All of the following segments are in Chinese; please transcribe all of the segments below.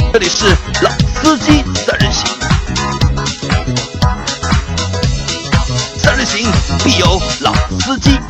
这里是老司机三人行，三人行必有老司机。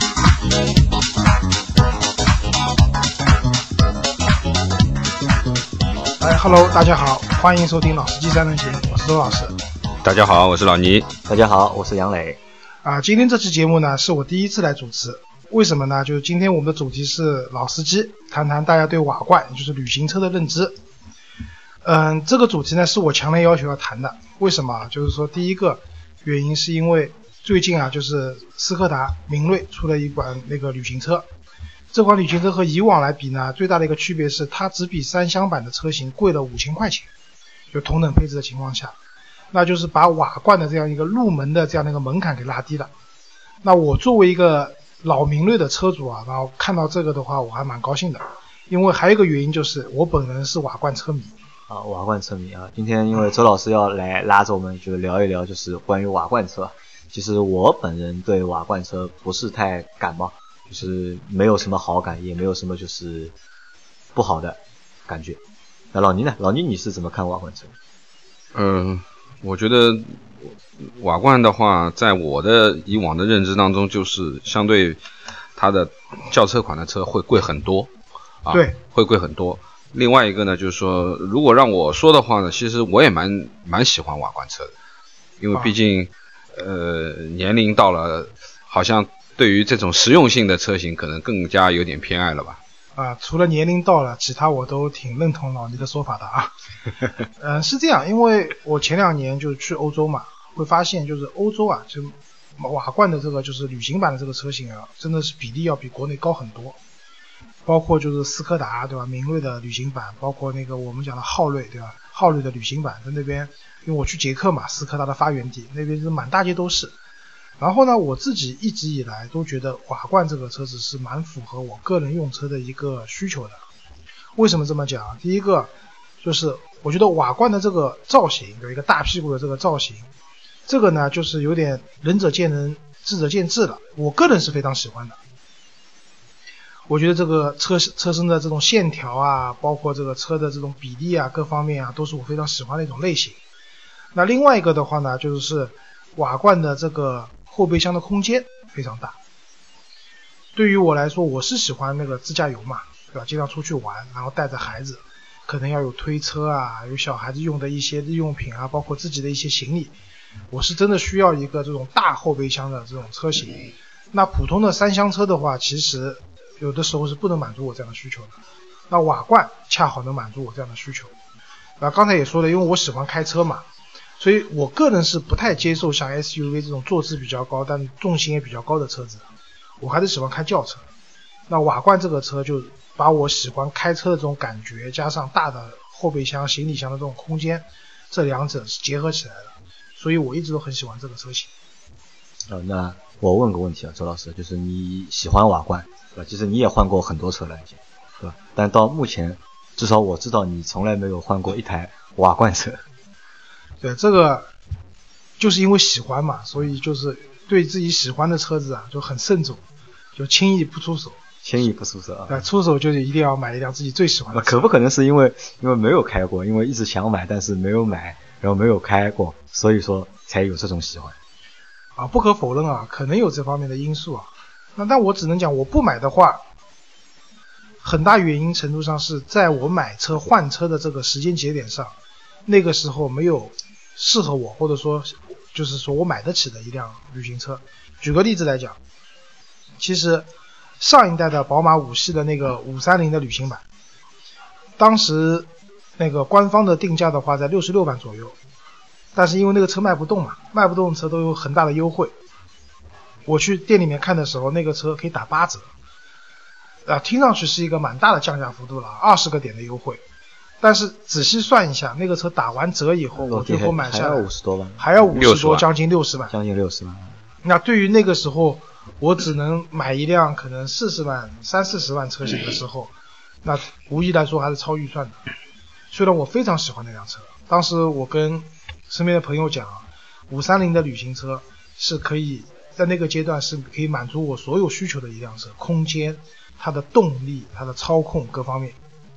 Hello， 大家好，欢迎收听老司机三人行，我是周老师。 大家好，我是老倪。 大家好，我是杨磊。 今天这期节目呢，是我第一次来主持。为什么呢？就是今天我们的主题是老司机，谈谈大家对瓦罐，也就是旅行车的认知。这个主题呢是我强烈要求要谈的。为什么？就是说第一个原因是因为最近就是斯柯达明锐出了一款那个旅行车。这款旅行车和以往来比呢，最大的一个区别是它只比三厢版的车型贵了5000块钱，就同等配置的情况下，那就是把瓦罐的这样一个入门的这样的一个门槛给拉低了。那我作为一个老明锐的车主然后看到这个的话我还蛮高兴的，因为还有一个原因就是我本人是瓦罐车迷。 瓦罐车迷今天因为周老师要来拉着我们就聊一聊就是关于瓦罐车。其实我本人对瓦罐车不是太感冒，就是没有什么好感，也没有什么就是不好的感觉。那老倪呢？老倪你是怎么看瓦罐车？ 我觉得瓦罐的话，在我的以往的认知当中，就是相对它的轿车款的车会贵很多对， 会贵很多。另外一个呢，就是说，如果让我说的话呢，其实我也蛮喜欢瓦罐车的，因为毕竟年龄到了，好像对于这种实用性的车型，可能更加有点偏爱了吧。 除了年龄到了，其他我都挺认同老倪的说法的是这样，因为我前2年就去欧洲嘛，会发现就是欧洲就瓦罐的这个就是旅行版的这个车型真的是比例要比国内高很多。包括就是斯柯达对吧，明锐的旅行版，包括那个我们讲的昊锐对吧，昊锐的旅行版在那边，因为我去捷克嘛，斯柯达的发源地那边是满大街都是。然后呢，我自己一直以来都觉得瓦罐这个车子是蛮符合我个人用车的一个需求的。为什么这么讲？第一个就是我觉得瓦罐的这个造型，有一个大屁股的这个造型，这个呢就是有点仁者见仁，智者见智了。我个人是非常喜欢的。我觉得这个车身的这种线条包括这个车的这种比例各方面都是我非常喜欢的一种类型。那另外一个的话呢，就是瓦罐的这个后备箱的空间非常大。对于我来说，我是喜欢那个自驾游嘛，对吧？经常出去玩，然后带着孩子，可能要有推车有小孩子用的一些日用品包括自己的一些行李，我是真的需要一个这种大后备箱的这种车型。那普通的三厢车的话，其实有的时候是不能满足我这样的需求的。那瓦罐恰好能满足我这样的需求。刚才也说了，因为我喜欢开车嘛，所以我个人是不太接受像 SUV 这种坐姿比较高但重心也比较高的车子，我还是喜欢开轿车。那瓦罐这个车就把我喜欢开车的这种感觉加上大的后备箱行李箱的这种空间，这两者是结合起来的，所以我一直都很喜欢这个车型。 那我问个问题周老师，就是你喜欢瓦罐对吧？其实你也换过很多车了已经对吧？但到目前至少我知道你从来没有换过一台瓦罐车。 对，这个就是因为喜欢嘛，所以就是对自己喜欢的车子就很慎重，就轻易不出手。出手就是一定要买一辆自己最喜欢的车。 可不可能是因为没有开过，因为一直想买但是没有买，然后没有开过，所以说才有这种喜欢不可否认可能有这方面的因素但我只能讲，我不买的话，很大原因程度上是在我买车换车的这个时间节点上，那个时候没有适合我，或者说就是说我买得起的一辆旅行车。举个例子来讲，其实上一代的宝马5系的那个530的旅行版，当时那个官方的定价的话在66万左右，但是因为那个车卖不动嘛，卖不动的车都有很大的优惠。我去店里面看的时候，那个车可以打8折听上去是一个蛮大的降价幅度了，20个点的优惠。但是仔细算一下，那个车打完折以后，我最后买下来还要50多万， 还要50多，将近60万。那对于那个时候我只能买一辆可能40万、30-40万车型的时候，那无疑来说还是超预算的。虽然我非常喜欢那辆车，当时我跟身边的朋友讲，530的旅行车是可以在那个阶段是可以满足我所有需求的一辆车，空间、它的动力、它的操控各方面。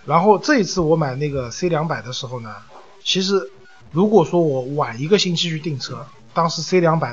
然后这一次我买那个 C200 的时候呢，其实如果说我晚一个星期去订车，当时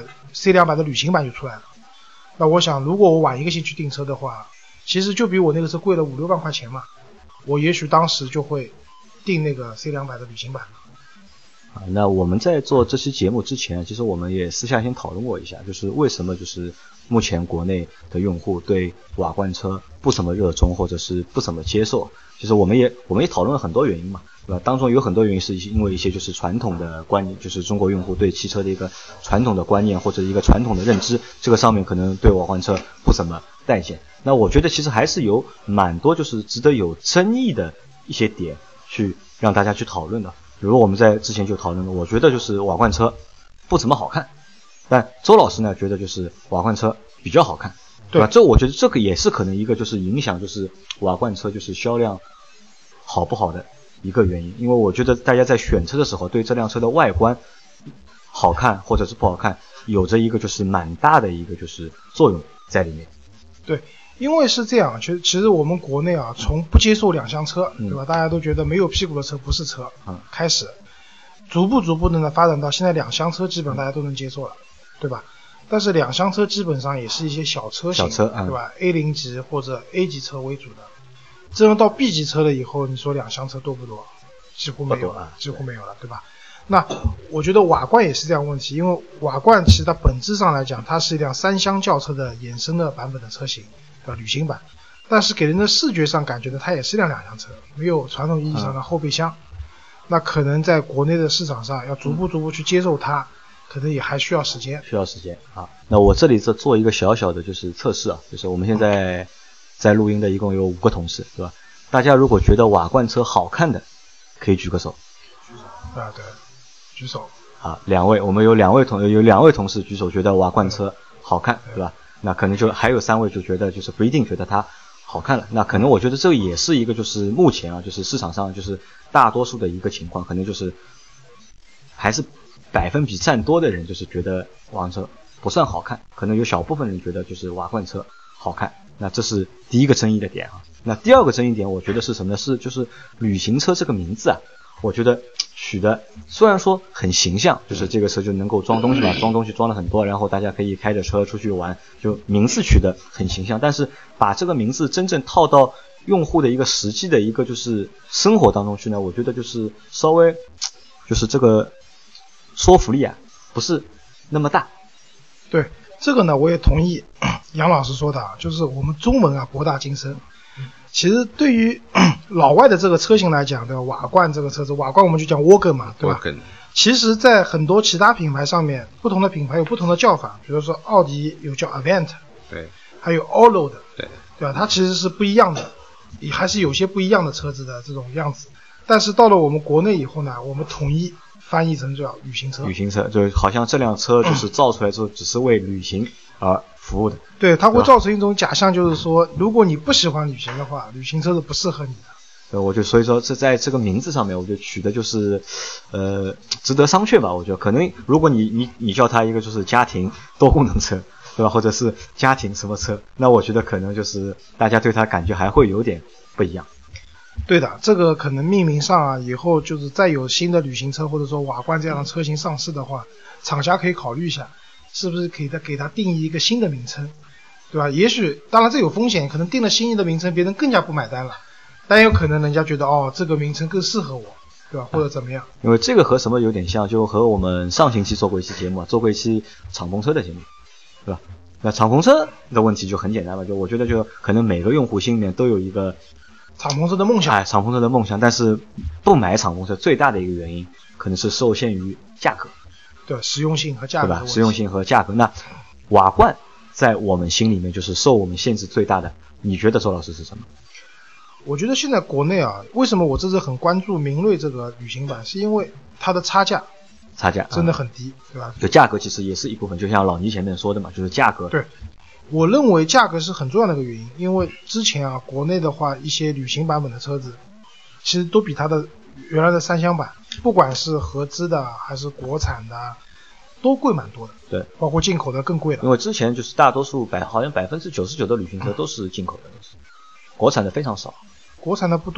C200 的旅行版就出来了，那我想如果我晚一个星期去订车的话，其实就比我那个车贵了5-6万块钱嘛，我也许当时就会订那个 C200 的旅行版。 那我们在做这期节目之前，其实我们也私下先讨论过一下，就是为什么就是目前国内的用户对瓦罐车不怎么热衷，或者是不怎么接受。其实我们也讨论了很多原因嘛，对吧？当中有很多原因是因为一些就是传统的观念，就是中国用户对汽车的一个传统的观念或者一个传统的认知，这个上面可能对瓦罐车不怎么待见。那我觉得其实还是有蛮多就是值得有争议的一些点去让大家去讨论的。比如我们在之前就讨论了，我觉得就是瓦罐车不怎么好看，但周老师呢觉得就是瓦罐车比较好看，对吧？这我觉得这个也是可能一个就是影响就是瓦罐车就是销量好不好的一个原因。因为我觉得大家在选车的时候对这辆车的外观好看或者是不好看有着一个就是蛮大的一个就是作用在里面。 对，因为是这样，其实我们国内啊，从不接受两厢车，对吧？大家都觉得没有屁股的车不是车，开始逐步的呢发展到现在两厢车基本上大家都能接受了，对吧？但是两厢车基本上也是一些小车型，对吧？A0 级或者 A 级车为主的。真正到 B 级车了以后，你说两厢车多不多？几乎没有了，对吧？那我觉得瓦罐也是这样问题，因为瓦罐其实它本质上来讲，它是一辆三厢轿车的衍生的版本的车型，对吧？旅行版，但是给人的视觉上感觉呢，它也是辆两厢车，没有传统意义上的后备箱。那可能在国内的市场上要逐步去接受它，可能也还需要时间啊。那我这里做一个小小的就是测试啊，就是我们现在在录音的一共有5个同事，对吧？大家如果觉得瓦罐车好看的，可以举个手。 对，举手。 好，2位，我们有两位同事举手，觉得瓦罐车好看，对吧？那可能就还有3位就觉得就是不一定觉得它好看了。那可能我觉得这也是一个就是目前啊，就是市场上就是大多数的一个情况，可能就是还是百分比占多的人就是觉得瓦罐车不算好看，可能有小部分人觉得就是瓦罐车好看。那这是第一个争议的点啊。那第二个争议点，我觉得是什么呢？是就是旅行车这个名字啊，我觉得取的虽然说很形象，就是这个车就能够装东西嘛，装东西装了很多，然后大家可以开着车出去玩，就名字取得很形象，但是把这个名字真正套到用户的一个实际的一个就是生活当中去呢，我觉得就是稍微就是这个说服力啊不是那么大。 对，这个呢我也同意杨老师说的啊，就是我们中文啊博大精深。其实对于老外的这个车型来讲，对吧？瓦罐这个车子，瓦罐我们就讲 Wagon 嘛，对吧？其实在很多其他品牌上面，不同的品牌有不同的叫法，比如说奥迪有叫 Avant， 对， 还有 Allroad， 对吧？它其实是不一样的，也还是有些不一样的车子的这种样子。但是到了我们国内以后呢，我们统一翻译成叫旅行车。旅行车就好像这辆车就是造出来之后只是为旅行而服务的。 对，它会造成一种假象，就是说如果你不喜欢旅行的话，旅行车是不适合你的。 我就所以说这在这个名字上面我就取的就是值得商榷吧。我觉得可能如果你叫它一个就是家庭多功能车，对吧？或者是家庭什么车，那我觉得可能就是大家对它感觉还会有点不一样。 对的，这个可能命名上啊，以后就是再有新的旅行车或者说瓦罐这样的车型上市的话，厂家可以考虑一下，是不是可以给它定义一个新的名称，对吧？也许当然这有风险，可能定了新的名称，别人更加不买单了，但有可能人家觉得这个名称更适合我，对吧？或者怎么样？ 因为这个和什么有点像，就和我们上星期做过一期节目，做过一期敞篷车的节目，对吧？那敞篷车的问题就很简单了，就我觉得就可能每个用户心里面都有一个敞篷车的梦想， 敞篷车的梦想，但是不买敞篷车最大的一个原因可能是受限于价格， 对，实用性和价格， 对吧？实用性和价格。那瓦罐在我们心里面就是受我们限制最大的，你觉得周老师是什么？ 我觉得现在国内啊，为什么我这次很关注明锐这个旅行版，是因为它的差价真的很低，对吧？ 就价格其实也是一部分，就像老倪前面说的嘛，就是价格。 对，我认为价格是很重要的一个原因，因为之前啊，国内的话一些旅行版本的车子，其实都比它的原来的三厢版，不管是合资的还是国产的，都贵蛮多的。 对， 包括进口的更贵了。 因为之前就是大多数好像99%的旅行车都是进口的，国产的非常少。 国产的不多，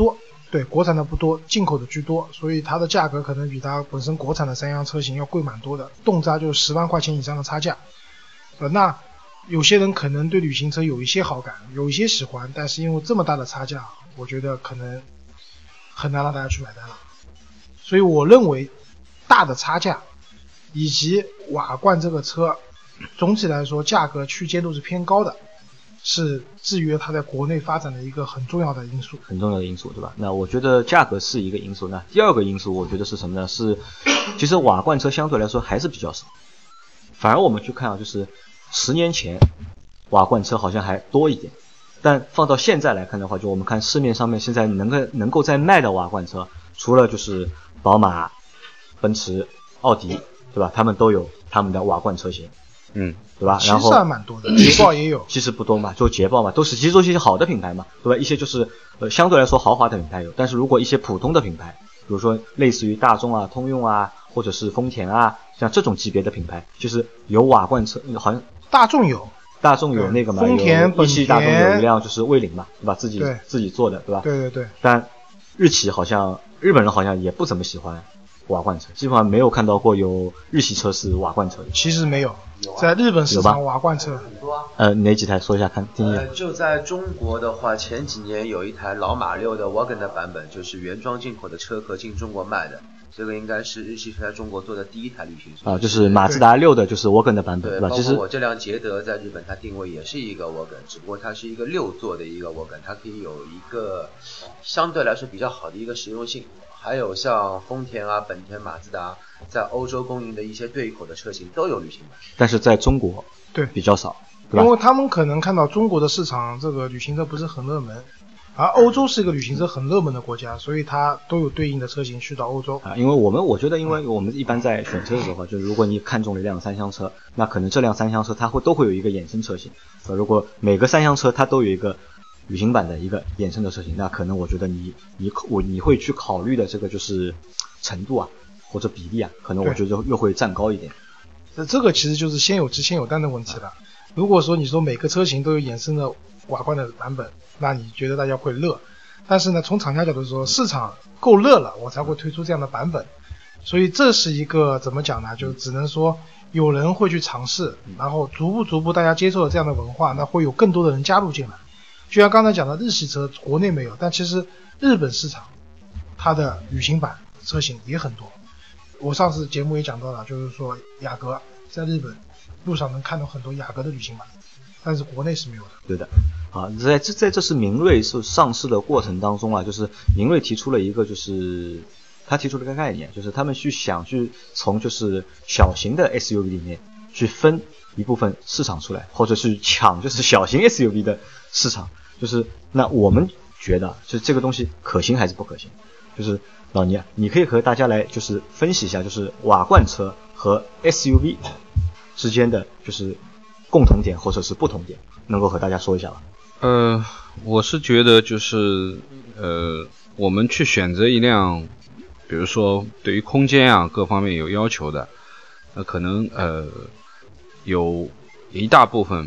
对，国产的不多，进口的居多，所以它的价格可能比它本身国产的三厢车型要贵蛮多的，动辄就是10万块钱以上的差价。那有些人可能对旅行车有一些好感，有一些喜欢，但是因为这么大的差价，我觉得可能很难让大家去买单了。所以我认为大的差价以及瓦罐这个车总体来说价格区间都是偏高的，是制约它在国内发展的一个很重要的因素， 对吧？那我觉得价格是一个因素，那第二个因素我觉得是什么呢？是其实瓦罐车相对来说还是比较少，反而我们去看啊，就是10年前瓦罐车好像还多一点，但放到现在来看的话，就我们看市面上面现在能够在卖的瓦罐车，除了就是宝马、奔驰、奥迪，对吧？他们都有他们的瓦罐车型，对吧？然后其实还蛮多的，捷豹也有， 其实不多嘛，就捷豹嘛，其实都是一些好的品牌嘛，对吧？一些就是相对来说豪华的品牌有，但是如果一些普通的品牌，比如说类似于大众啊、通用啊，或者是丰田啊，像这种级别的品牌，就是有瓦罐车，好像大众有那个嘛， 丰田、 一汽大众有一辆就是威凌嘛，对吧？自己做的，对吧？ 对。 但日本人好像也不怎么喜欢瓦罐车，基本上没有看到过有日系车是瓦罐车的。 其实没有，在日本市场瓦罐车很多啊。 哪几台说一下看？听一下。 就在中国的话，前几年有一台老马6的 Wagon 的版本，就是原装进口的车壳进中国卖的。这个应该是日系车在中国做的第一台旅行车就是马自达6的，就是 Wagon 的版本， 对吧？ 包括我这辆捷德在日本它定位也是一个 Wagon， 只不过它是一个6座的一个 Wagon， 它可以有一个相对来说比较好的一个实用性。还有像丰田啊、本田、马自达在欧洲供应的一些对口的车型都有旅行版， 但是在中国对比较少，对吧？ 因为他们可能看到中国的市场这个旅行车不是很热门，而欧洲是一个旅行车很热门的国家，所以它都有对应的车型去到欧洲因为我觉得，因为我们一般在选车的时候，就是如果你看中了一辆三厢车，那可能这辆三厢车它都会有一个衍生车型。如果每个三厢车它都有一个旅行版的一个衍生的车型，那可能我觉得你会去考虑的这个就是程度啊或者比例啊，可能我觉得又会占高一点。 这个其实就是先有鸡先有蛋的问题了。如果说你说每个车型都有衍生的瓦罐的版本，那你觉得大家会热，但是呢，从厂家角度说，市场够热了，我才会推出这样的版本。所以这是一个怎么讲呢？就只能说有人会去尝试，然后逐步大家接受了这样的文化，那会有更多的人加入进来。就像刚才讲的，日系车国内没有，但其实日本市场它的旅行版车型也很多。我上次节目也讲到了，就是说雅阁在日本路上能看到很多雅阁的旅行版，但是国内是没有的。 对的。在这次明锐上市的过程当中啊，就是明锐提出了一个，就是他提出了一个概念，就是他们想去从就是小型的 SUV 里面去分一部分市场出来，或者去抢就是小型 SUV 的市场。就是那我们觉得就是这个东西可行还是不可行？就是老倪，你可以和大家来就是分析一下，就是瓦罐车和 SUV 之间的就是共同点或者是不同点，能够和大家说一下吧？ 我是觉得就是我们去选择一辆，比如说对于空间啊各方面有要求的，可能有一大部分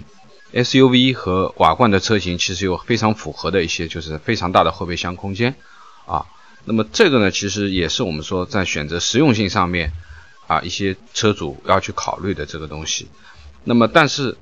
SUV 和瓦罐的车型其实有非常符合的一些就是非常大的后备箱空间啊。那么这个呢，其实也是我们说在选择实用性上面一些车主要去考虑的这个东西。那么但是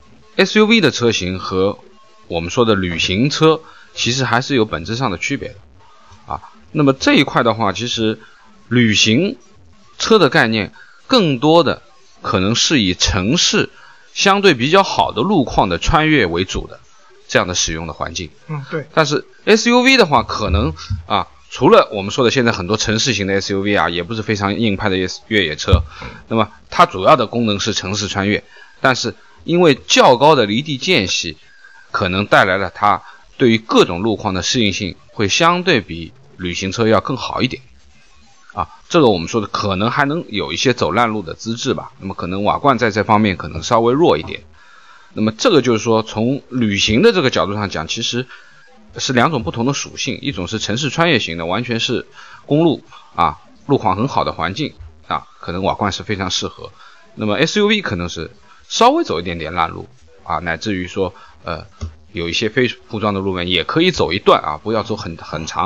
SUV 的车型和我们说的旅行车其实还是有本质上的区别的那么这一块的话，其实旅行车的概念更多的可能是以城市相对比较好的路况的穿越为主的这样的使用的环境。 对。 但是 SUV 的话，可能除了我们说的现在很多城市型的 SUV 也不是非常硬派的越野车，那么它主要的功能是城市穿越，但是因为较高的离地间隙，可能带来了它对于各种路况的适应性会相对比旅行车要更好一点这个我们说的可能还能有一些走烂路的资质吧，那么可能瓦罐在这方面可能稍微弱一点。那么这个就是说从旅行的这个角度上讲，其实是两种不同的属性，一种是城市穿越型的，完全是公路路况很好的环境可能瓦罐是非常适合。那么 SUV 可能是稍微走一点点烂路乃至于说有一些非铺装的路面也可以走一段不要走很长，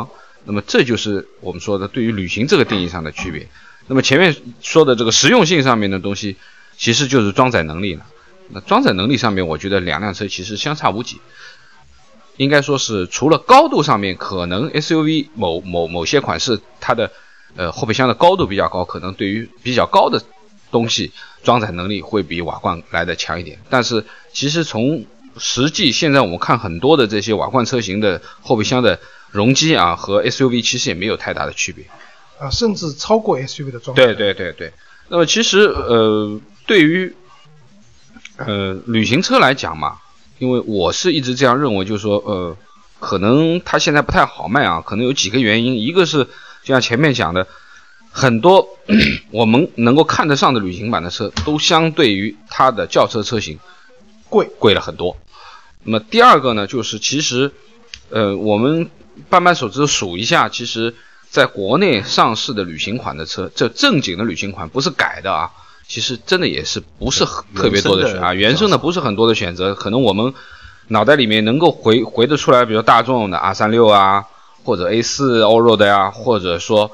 那么这就是我们说的对于旅行这个定义上的区别。那么前面说的这个实用性上面的东西，其实就是装载能力了。那装载能力上面，我觉得两辆车其实相差无几。应该说是除了高度上面，可能 SUV 某些款式它的后备箱的高度比较高，可能对于比较高的东西装载能力会比瓦罐来的强一点。但是其实从实际现在我们看很多的这些瓦罐车型的后备箱的容积啊，和 SUV 其实也没有太大的区别甚至超过 SUV 的装载。 对。那么其实对于旅行车来讲嘛，因为我是一直这样认为，就是说可能它现在不太好卖啊，可能有几个原因。一个是就像前面讲的，很多我们能够看得上的旅行版的车都相对于它的轿车车型贵了很多。那么第二个呢，就是其实我们扳扳手指数一下，其实在国内上市的旅行款的车，这正经的旅行款不是改的啊，其实真的也是不是特别多的选啊，原生的不是很多的选择。可能我们脑袋里面能够回得出来，比如大众的 R36 啊，或者 A4 Allroad 呀，或者说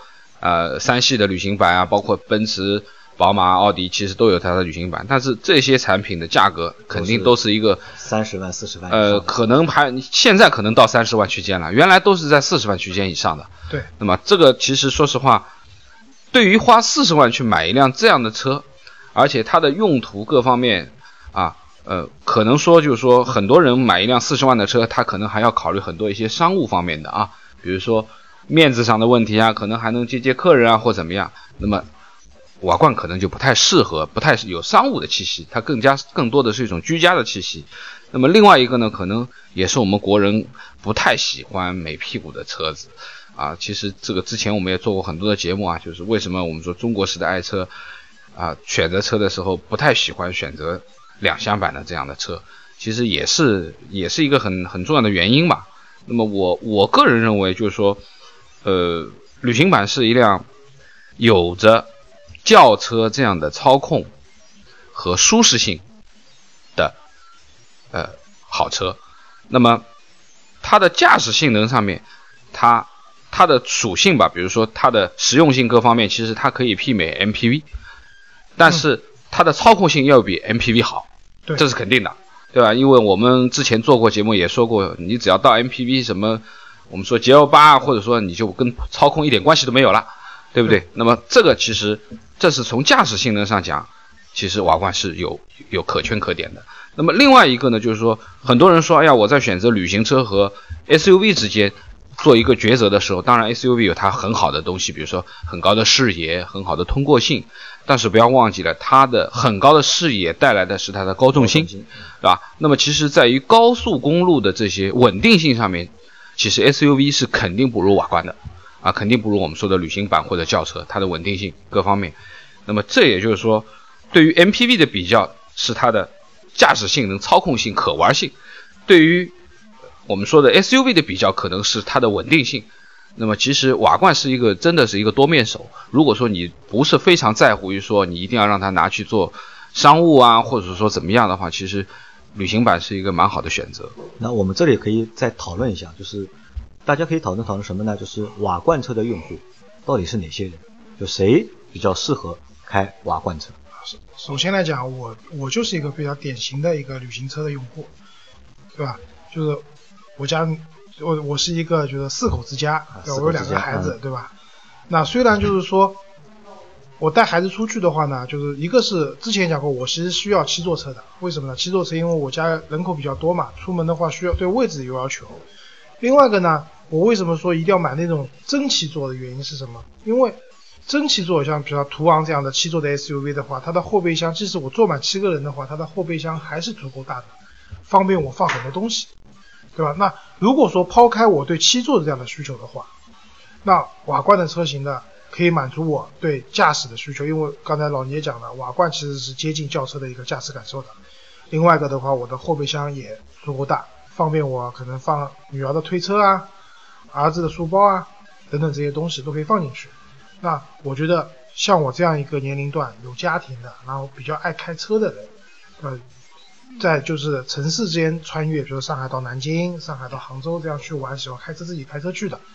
3系的旅行版啊，包括奔驰、宝马、奥迪，其实都有它的旅行版。但是这些产品的价格肯定都是一个 30万、40万， 可能现在可能到30万区间了，原来都是在40万区间以上的。 对。 那么这个其实说实话，对于花40万去买一辆这样的车，而且它的用途各方面啊，可能说就是说很多人买一辆40万的车，他可能还要考虑很多一些商务方面的啊，比如说面子上的问题啊，可能还能接客人啊或怎么样。那么瓦罐可能就不太适合，不太有商务的气息，它更多的是一种居家的气息。那么另外一个呢，可能也是我们国人不太喜欢美屁股的车子啊。其实这个之前我们也做过很多的节目啊，就是为什么我们说中国式的爱车啊，选择车的时候不太喜欢选择两厢版的这样的车，其实也是一个很重要的原因吧。那么我个人认为就是说旅行版是一辆有着轿车这样的操控和舒适性的好车。那么它的驾驶性能上面，它的属性吧，比如说它的实用性各方面，其实它可以媲美 MPV， 但是它的操控性要比 MPV 好，这是肯定的，对吧？因为我们之前做过节目也说过，你只要到 MPV 什么我们说 GL8 或者说你就跟操控一点关系都没有了，对不对？那么这个其实这是从驾驶性能上讲，其实瓦罐是有可圈可点的。那么另外一个呢，就是说很多人说，哎呀，我在选择旅行车和 SUV 之间做一个抉择的时候，当然 SUV 有它很好的东西，比如说很高的视野，很好的通过性，但是不要忘记了它的很高的视野带来的是它的高重心，对吧？那么其实在于高速公路的这些稳定性上面，其实 SUV 是肯定不如瓦罐的啊，肯定不如我们说的旅行版或者轿车，它的稳定性各方面。那么这也就是说，对于 MPV 的比较是它的驾驶性能、操控性、可玩性；对于我们说的 SUV 的比较，可能是它的稳定性。那么其实瓦罐是真的是一个多面手。如果说你不是非常在乎于说你一定要让它拿去做商务啊，或者说怎么样的话，其实旅行版是一个蛮好的选择。 那我们这里可以再讨论一下，就是大家可以讨论什么呢？就是瓦罐车的用户到底是哪些人，就谁比较适合开瓦罐车。 首先来讲，我就是一个比较典型的一个旅行车的用户，对吧？就是我是一个就是4口之家，我有2个孩子，对吧？那虽然就是说我带孩子出去的话呢，就是一个是之前讲过，我其实需要7座车的。为什么呢？7座车因为我家人口比较多嘛，出门的话需要对位置有要求。另外一个呢，我为什么说一定要买那种真7座的原因是什么？因为真7座像比如说途昂这样的7座的 SUV 的话，它的后备箱即使我坐满7个人的话，它的后备箱还是足够大的，方便我放很多东西，对吧？那如果说抛开我对7座的这样的需求的话，那瓦罐的车型呢可以满足我对驾驶的需求，因为刚才老倪也讲了，瓦罐其实是接近轿车的一个驾驶感受的。另外一个的话，我的后备箱也足够大，方便我可能放女儿的推车啊、儿子的书包啊等等这些东西都可以放进去。那我觉得像我这样一个年龄段有家庭的，然后比较爱开车的人，在就是城市之间穿越，比如上海到南京、上海到杭州这样去玩，喜欢开车自己开车去的，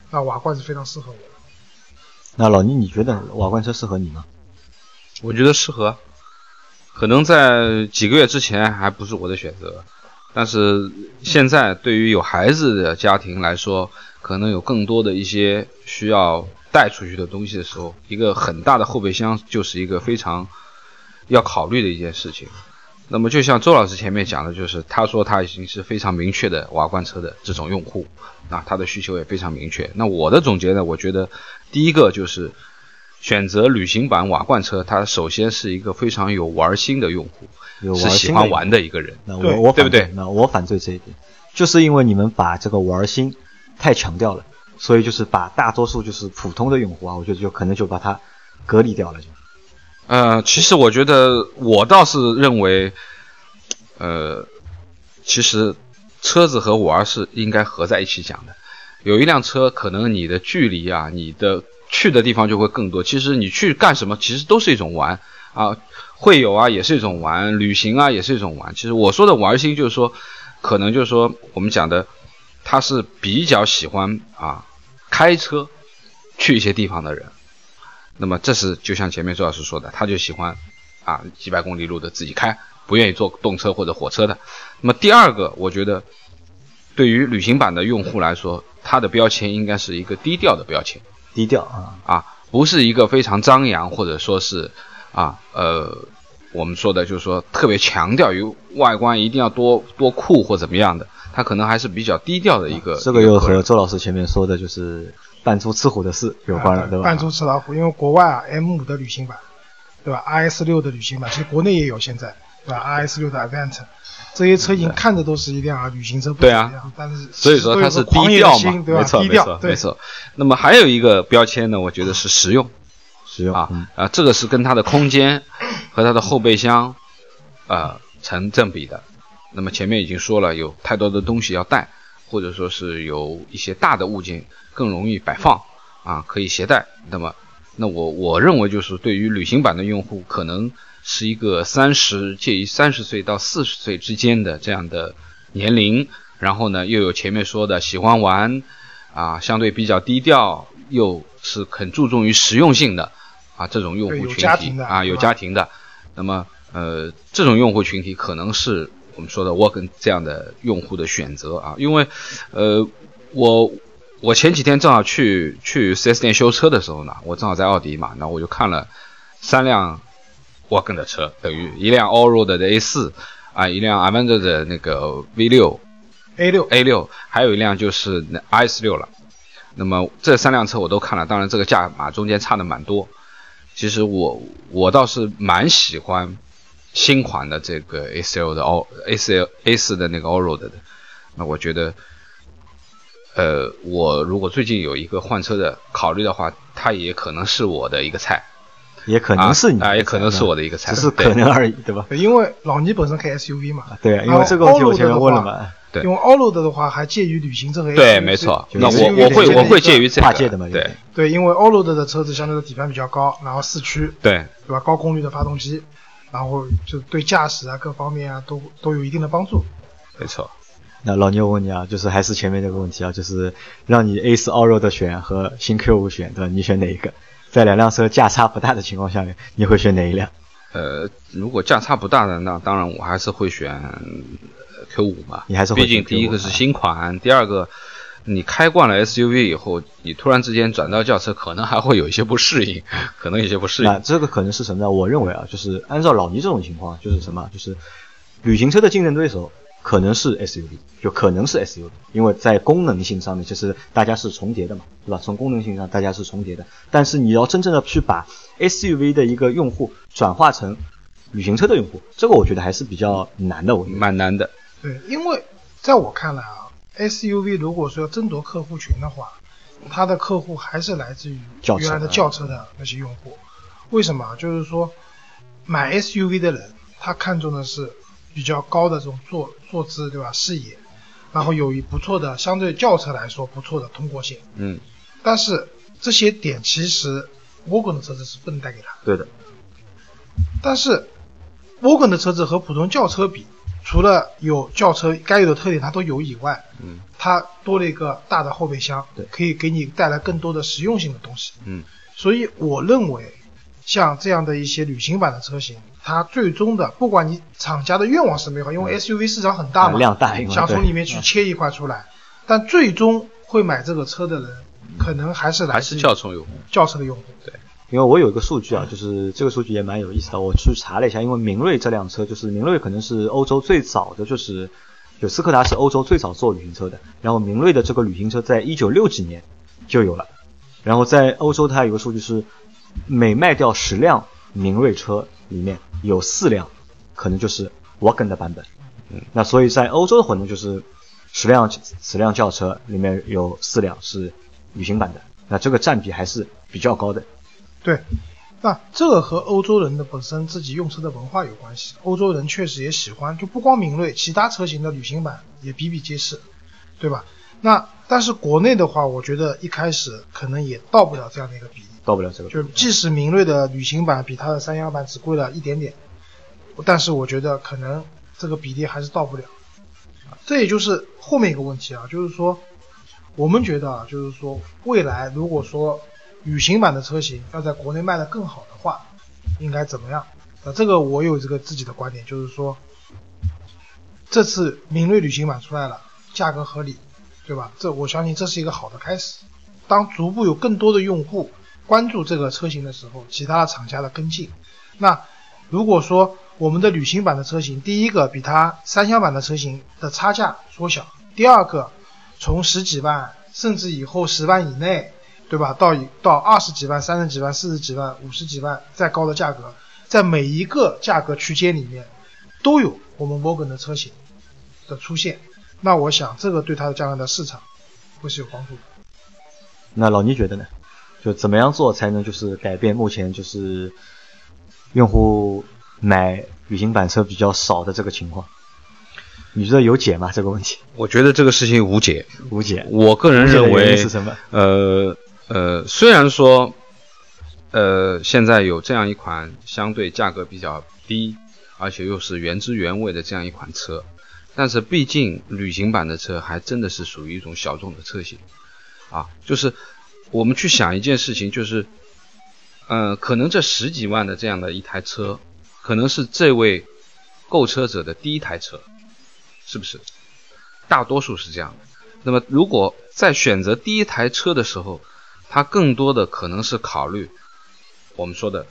那瓦罐是非常适合我的。 那老倪，你觉得瓦罐车适合你吗？ 我觉得适合，可能在几个月之前还不是我的选择，但是现在对于有孩子的家庭来说，可能有更多的一些需要带出去的东西的时候，一个很大的后备箱就是一个非常要考虑的一件事情。那么就像周老师前面讲的，就是他说他已经是非常明确的瓦罐车的这种用户啊，他的需求也非常明确。那我的总结呢，我觉得第一个就是选择旅行版瓦罐车，他首先是一个非常有玩心的用户，是喜欢玩的一个人。 那我对不对？ 那我反对这一点，就是因为你们把这个玩心太强调了，所以就是把大多数就是普通的用户啊，我觉得就可能就把它隔离掉了就。 其实我觉得我倒是认为，其实车子和玩是应该合在一起讲的。有一辆车，可能你的距离啊，你的去的地方就会更多。其实你去干什么，其实都是一种玩啊，会友啊也是一种玩，旅行啊也是一种玩。其实我说的玩心，就是说，可能就是说我们讲的，他是比较喜欢啊开车去一些地方的人。那么这是就像前面周老师说的，他就喜欢啊几百公里路的自己开，不愿意坐动车或者火车的。那么第二个，我觉得对于旅行版的用户来说，它的标签应该是一个低调的标签。 低调啊， 不是一个非常张扬，或者说是我们说的就是说特别强调于外观一定要多酷或怎么样的，它可能还是比较低调的一个。 这个又和周老师前面说的就是扮猪吃虎的事有关了，对吧？ 扮猪吃老虎，因为国外啊 M5 的旅行版，对吧 ？RS6 的旅行版，其实国内也有现在，对吧 ？RS6 的 Avant， 这些车型看着都是一辆旅行车，不一样，但是所以说它是低调嘛， 对吧？低调， 没错。那么还有一个标签呢，我觉得是实用这个是跟它的空间和它的后备箱成正比的。那么前面已经说了，有太多的东西要带，或者说是有一些大的物件更容易摆放可以携带。那我认为就是对于旅行版的用户，可能是一个介于30岁到40岁之间的这样的年龄，然后呢又有前面说的喜欢玩相对比较低调，又是很注重于实用性的这种用户群体有家庭的。那么这种用户群体可能是我们说的Wagon这样的用户的选择因为我前几天正好去 4S 店修车的时候呢，我正好在奥迪嘛，那我就看了3辆Wagon的车，等于一辆 Allroad 的 A4 一辆 Avenger 的那个 V6 还有一辆就是 RS6 了。那么这3辆车我都看了，当然这个价码中间差的蛮多。其实我倒是蛮喜欢新款的这个 A4 的那个 Allroad 的。那我觉得我如果最近有一个换车的考虑的话，它也可能是我的一个菜， 也可能是你也可能是我的一个菜， 只是可能而已，对吧？ 因为老倪本身开 SUV 嘛， 对，因为这个问题我前面问了嘛。 对， 因为 Allroad 的话还介于旅行车和 SUV， 对，没错。那我会介于这个跨界的嘛， 对，因为 Allroad 的车子相对的底盘比较高，然后4驱， 对吧？高功率的发动机，然后就对驾驶各方面都有一定的帮助。 没错。 那老牛我问你就是还是前面这个问题就是让你 A4 Allroad 选和新 Q5 选，对吧？你选哪一个？在2辆车价差不大的情况下面，你会选哪一辆？ 如果价差不大的，那当然我还是会选Q5 嘛。 你还是会选 Q5， 毕竟第一个是新款，第二个你开惯了 SUV 以后，你突然之间转到轿车，可能还会有一些不适应，那这个可能是什么呢？我认为就是按照老倪这种情况，就是什么？就是旅行车的竞争对手可能是 SUV， 就可能是 SUV， 因为在功能性上面其实大家是重叠的嘛，对吧？从功能性上大家是重叠的，但是你要真正的去把 SUV 的一个用户转化成旅行车的用户，这个我觉得还是比较难的， 蛮难的。 对，因为在我看来SUV 如果说要争夺客户群的话，它的客户还是来自于原来的轿车的那些用户。为什么？就是说买 SUV 的人，他看重的是比较高的这种坐姿，对吧？视野，然后有一不错的相对轿车来说不错的通过性。但是这些点其实 Wagon 的车子是不能带给他。 对的。 但是 Wagon 的车子和普通轿车比，除了有轿车该有的特点它都有以外， 它多了一个大的后备箱， 对， 可以给你带来更多的实用性的东西。 所以我认为像这样的一些旅行版的车型，它最终的不管你厂家的愿望是美好，因为 SUV 市场很大嘛， 量大， 想从里面去切一块出来，但最终会买这个车的人，可能还是轿车用户， 轿车的用户。 对， 因为我有一个数据啊，就是这个数据也蛮有意思的，我去查了一下，因为明锐这辆车，就是明锐可能是欧洲最早的，就是斯柯达是欧洲最早做旅行车的，然后明锐的这个旅行车在1960几年就有了，然后在欧洲它有个数据是每卖掉10辆明锐车里面有4辆可能就是 Wagon 的版本，那所以在欧洲的话呢，就是10辆轿车里面有4辆是旅行版的，那这个占比还是比较高的。 对，那这个和欧洲人的本身自己用车的文化有关系。欧洲人确实也喜欢，就不光明锐，其他车型的旅行版也比比皆是，对吧？那但是国内的话，我觉得一开始可能也到不了这样的一个比例， 到不了这个比例。 就即使明锐的旅行版比它的318版只贵了一点点，但是我觉得可能这个比例还是到不了。这也就是后面一个问题啊，就是说我们觉得啊，就是说未来如果说旅行版的车型要在国内卖得更好的话，应该怎么样？这个我有这个自己的观点，就是说这次明锐旅行版出来了，价格合理，对吧？我相信这是一个好的开始。当逐步有更多的用户关注这个车型的时候，其他的厂家的跟进。那如果说我们的旅行版的车型，第一个比它3厢版的车型的差价缩小，第二个从10几万甚至以后10万以内，对吧？到20几万、30几万、40几万、50几万再高的价格，在每一个价格区间里面都有我们 Wagon 的车型的出现，那我想这个对它的将来的市场会是有帮助的。 那老倪觉得呢？就怎么样做才能就是改变目前就是用户买旅行版车比较少的这个情况？你觉得有解吗？这个问题？ 我觉得这个事情无解。 无解。 我个人认为是什么？ 虽然说现在有这样一款相对价格比较低，而且又是原汁原味的这样一款车，但是毕竟旅行版的车还真的是属于一种小众的车型啊。就是我们去想一件事情，就是可能这10几万的这样的一台车，可能是这位购车者的第一台车，是不是？大多数是这样的。那么如果在选择第一台车的时候，他更多的可能是考虑我们说的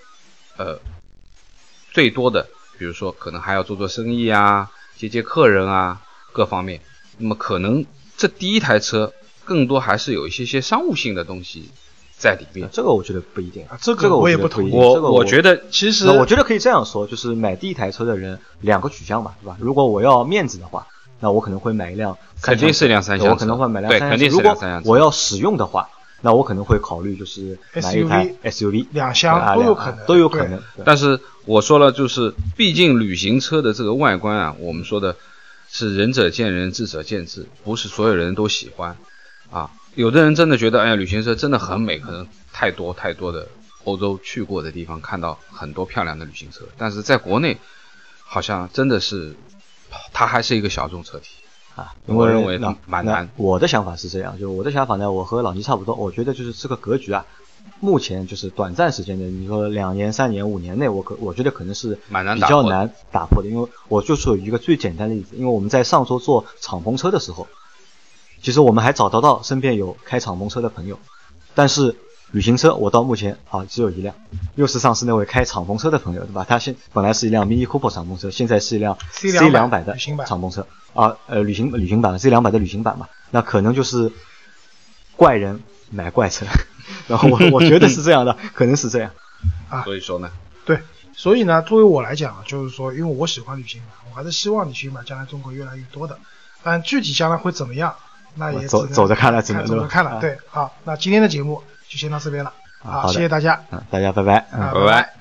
最多的，比如说可能还要做生意啊，接客人啊，各方面。那么可能这第一台车更多还是有一些商务性的东西在里面。 这个我觉得不一定， 这个我也不同意。 我觉得其实我觉得可以这样说，就是买第一台车的人2个取向吧，对吧？如果我要面子的话，那我可能会买一辆肯定是一辆3厢车， 我可能会买辆3厢车。 对，肯定是一辆3厢车。 如果我要使用的话，那我可能会考虑就是买一台 SUV 2厢都有可能， 都有可能。 但是我说了，就是毕竟旅行车的这个外观啊，我们说的是仁者见仁，智者见智，不是所有人都喜欢啊。有的人真的觉得，哎呀，旅行车真的很美，可能太多的欧洲去过的地方看到很多漂亮的旅行车，但是在国内好像真的是它还是一个小众车体啊。我认为蛮难。 我的想法是这样，就我的想法呢，我和老倪差不多，我觉得就是这个格局啊，目前就是短暂时间内，你说2年、3年、5年内，我觉得可能是比较难打破的。因为我就说一个最简单的例子，因为我们在上周做敞篷车的时候，其实我们还找得到身边有开敞篷车的朋友，但是旅行车我到目前只有1辆，又是上次那位开敞篷车的朋友，对吧？他本来是一辆 Mini Cooper 敞篷车，现在是一辆 C200 的敞篷车旅行版 C200 的旅行版嘛，那可能就是怪人买怪车，然后我觉得是这样的，可能是这样啊。 所以说呢， 对，所以呢，作为我来讲，就是说，因为我喜欢旅行版，我还是希望旅行版将来中国越来越多的，但具体将来会怎么样？那也走着看了， 走着看了。对，好，那今天的节目就先到这边了。好，谢谢大家。 大家拜拜。 拜拜。